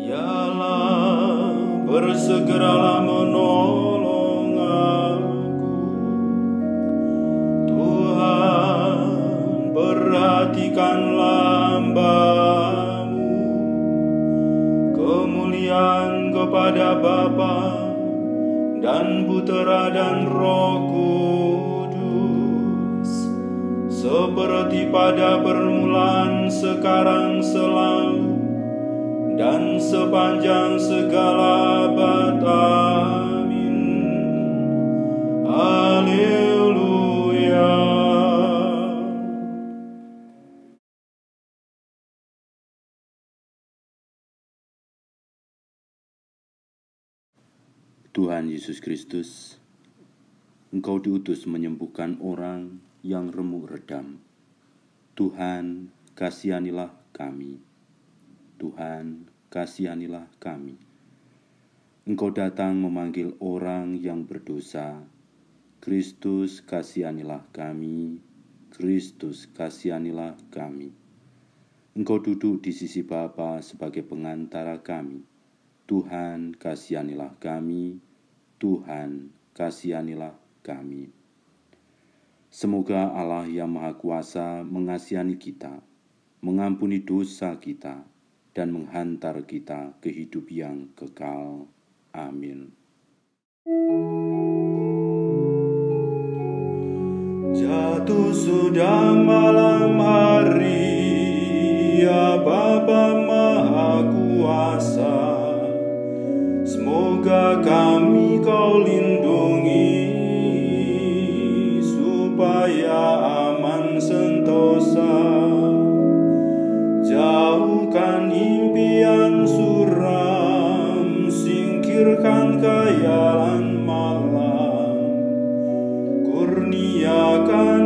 Yalah, bersegeralah menolong aku. Tuhan, perhatikanlah hamba-Mu. Kemuliaan kepada Bapa dan Putera dan Roh Kudus, seperti pada permulaan, sekarang, selalu, dan sepanjang segala abad. Amin. Haleluya. Tuhan Yesus Kristus, Engkau diutus menyembuhkan orang yang remuk redam. Tuhan, kasihanilah kami. Tuhan, kasihanilah kami. Engkau datang memanggil orang yang berdosa. Kristus, kasihanilah kami. Kristus, kasihanilah kami. Engkau duduk di sisi Bapa sebagai pengantara kami. Tuhan, kasihanilah kami. Tuhan, kasihanilah kami. Semoga Allah yang Maha Kuasa mengasihani kita, mengampuni dosa kita, dan menghantar kita ke hidup yang kekal. Amin. Jatuh sudah malam hari, ya Bapa Maha Kuasa. Semoga kami Kau lindungi, supaya aman sentosa. Jauhkan impian suram, singkirkan khayalan malam. Kurniakan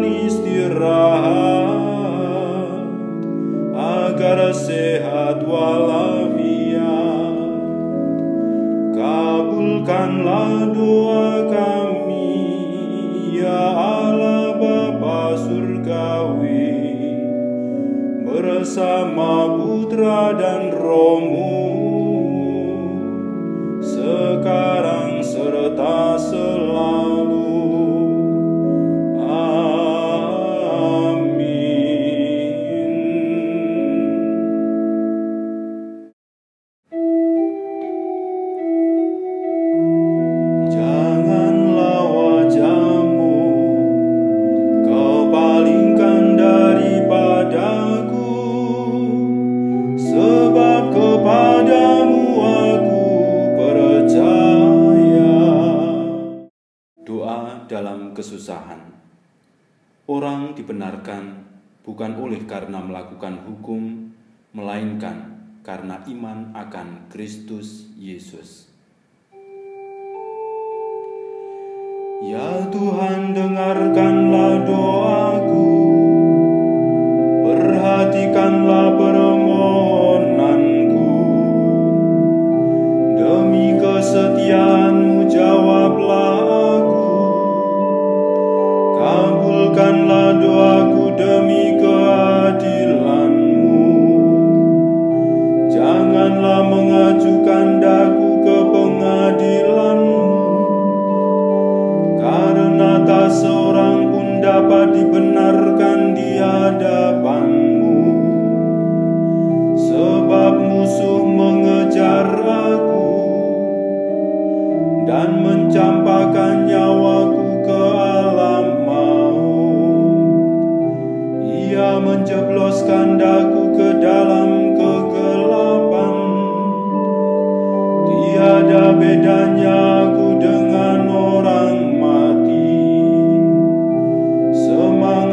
istirahat, agar sehat walafiat. Kabulkanlah doa kami, ya Allah Bapa Surgawi, bersama Putra dan Roh-Mu, sekarang serta selalu. Dalam kesusahan, orang dibenarkan bukan oleh karena melakukan hukum, melainkan karena iman akan Kristus Yesus. Ya Tuhan, dengarkanlah doaku, perhatikanlah permohonanku. Demi kesetiaan-Mu jawablah aku. Kabulkanlah doaku demi keadilan-Mu. Janganlah mengajukan daku ke pengadilan-Mu, karena tak seorang pun dapat dibenarkan di hadapan-Mu. Sebab musuh mengejar aku dan mencampakkan nyawaku ke alam maut. Ia menjebloskan daku ke dalam kegelapan. Tiada bedanya aku dengan orang mati. Semangat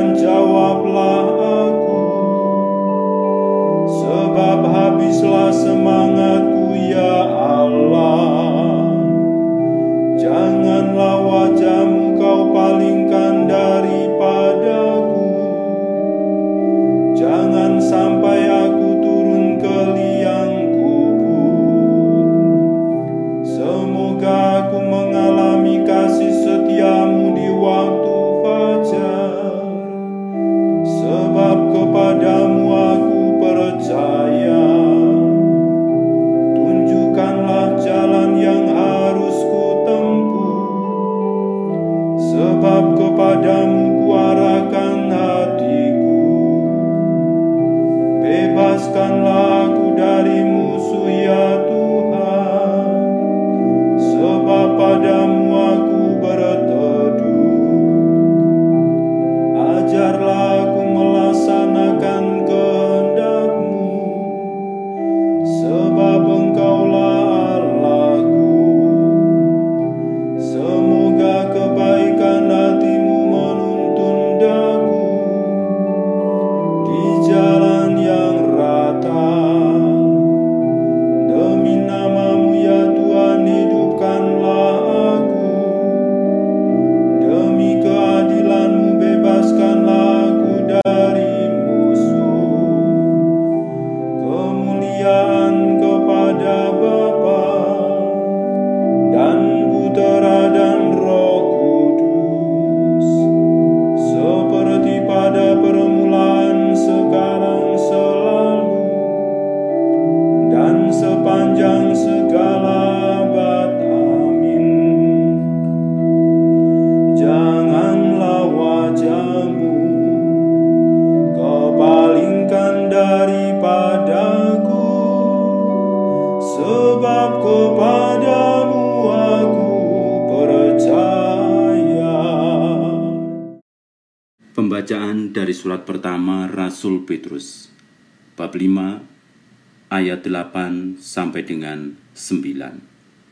dan jawablah aku, sebab habislah semangatku ya Allah. Janganlah wajahmu kau palingkan daripadaku, jangan sampai aku turun ke liang kubur. Semoga aku mengalami kasih setiamu di waktu fajar, sebab kepadamu aku percaya. Tunjukkanlah jalan yang harus ku tempuh, sebab kepadamu kuarahkan hatiku. Bebaskanlah aku dari musuh ya Tuhan, sebab padamu aku berteduh. Ajarlah aku melaksanakan kehendak-Mu, sebab Engkaulah Allahku. Semoga kebaikan hati-Mu menuntun daku di jalan yang rata. Demi nama-Mu ya Tuhan, hidupkanlah aku. Demi keadilan-Mu bebaskanlah aku dari musuh. Kemuliaan kepada Bapa dan Putera dan Roh Kudus, seperti pada permulaan, sekarang, selalu, dan sepanjang segala abad. Amin. Janganlah wajahmu kau palingkan daripadaku, sebab kepadamu aku percaya. Pembacaan dari surat pertama Rasul Petrus, bab 5, ayat 8 sampai dengan 9.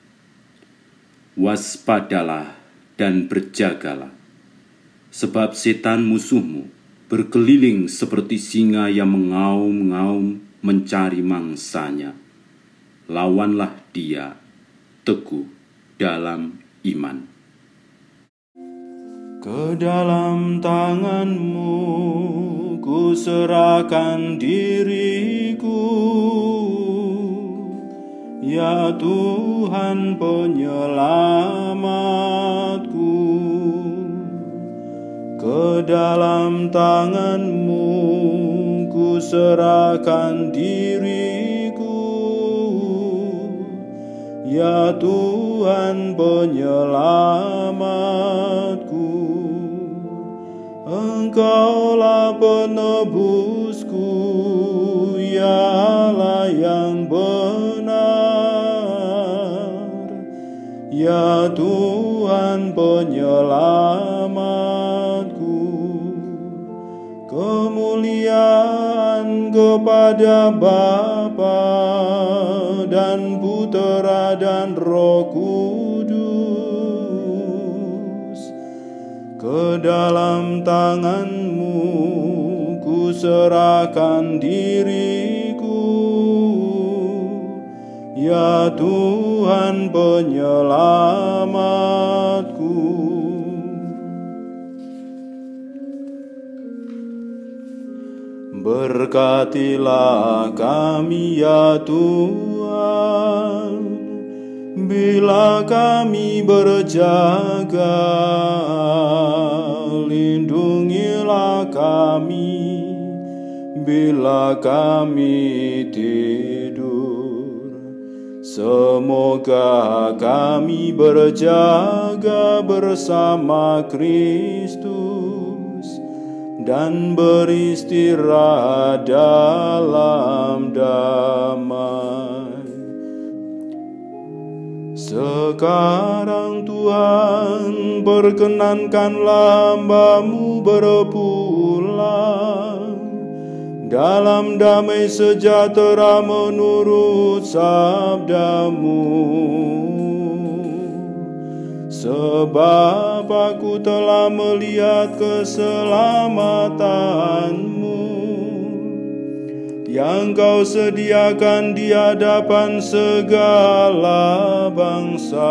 Waspadalah dan berjagalah, sebab setan musuhmu berkeliling seperti singa yang mengaum-ngaum mencari mangsanya. Lawanlah dia, teguh dalam iman. Ke dalam tangan-Mu ku serahkan diriku, ya Tuhan penyelamatku. Ke dalam tangan-Mu ku serahkan diriku, ya Tuhan penyelamatku. Engkaulah penebusku, ya Allah yang benar, ya Tuhan penyelamatku. Kemuliaan kepada Bapa dan Putera dan Roh Kudus. Ke dalam tangan-Mu ku serahkan diriku, ya Tuhan penyelamatku. Berkatilah kami ya Tuhan, bila kami berjaga. Lindungilah kami bila kami tidur. Semoga kami berjaga bersama Kristus dan beristirahat dalam damai. Sekarang Tuhan, perkenankanlah hamba-Mu berpulang dalam damai sejahtera menurut sabda-Mu. Sebab aku telah melihat keselamatanmu yang kau sediakan di hadapan segala bangsa,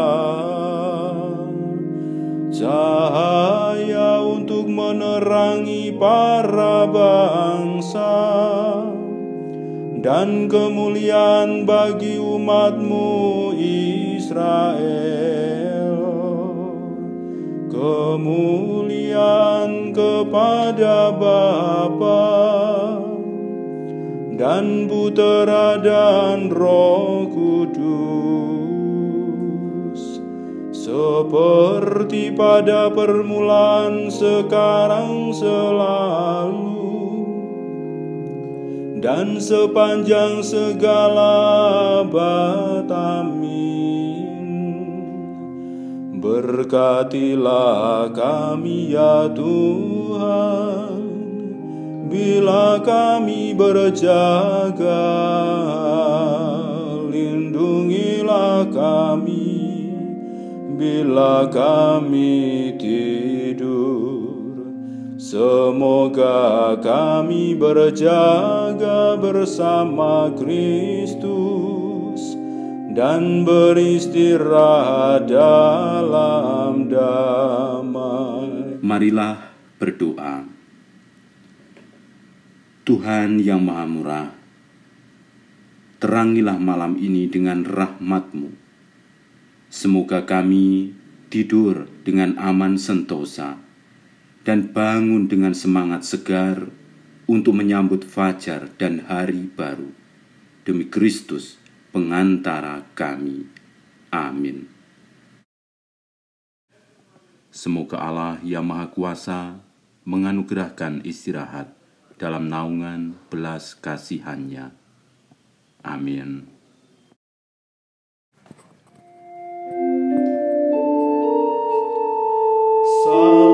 cahaya untuk menerangi para bangsa, dan kemuliaan bagi umat-Mu Israel. Kemuliaan kepada Bapa dan Putera dan Roh Kudus, seperti pada permulaan, sekarang, selalu, dan sepanjang segala abad. Amin. Berkatilah kami ya Tuhan, bila kami berjaga, lindungilah kami bila kami tidur. Semoga kami berjaga bersama Kristus dan beristirahat dalam damai. Marilah berdoa. Tuhan yang Maha Murah, terangilah malam ini dengan rahmat-Mu. Semoga kami tidur dengan aman sentosa dan bangun dengan semangat segar untuk menyambut fajar dan hari baru. Demi Kristus, pengantara kami. Amin. Semoga Allah yang Maha Kuasa menganugerahkan istirahat dalam naungan belas kasihan-Nya. Amin. Salam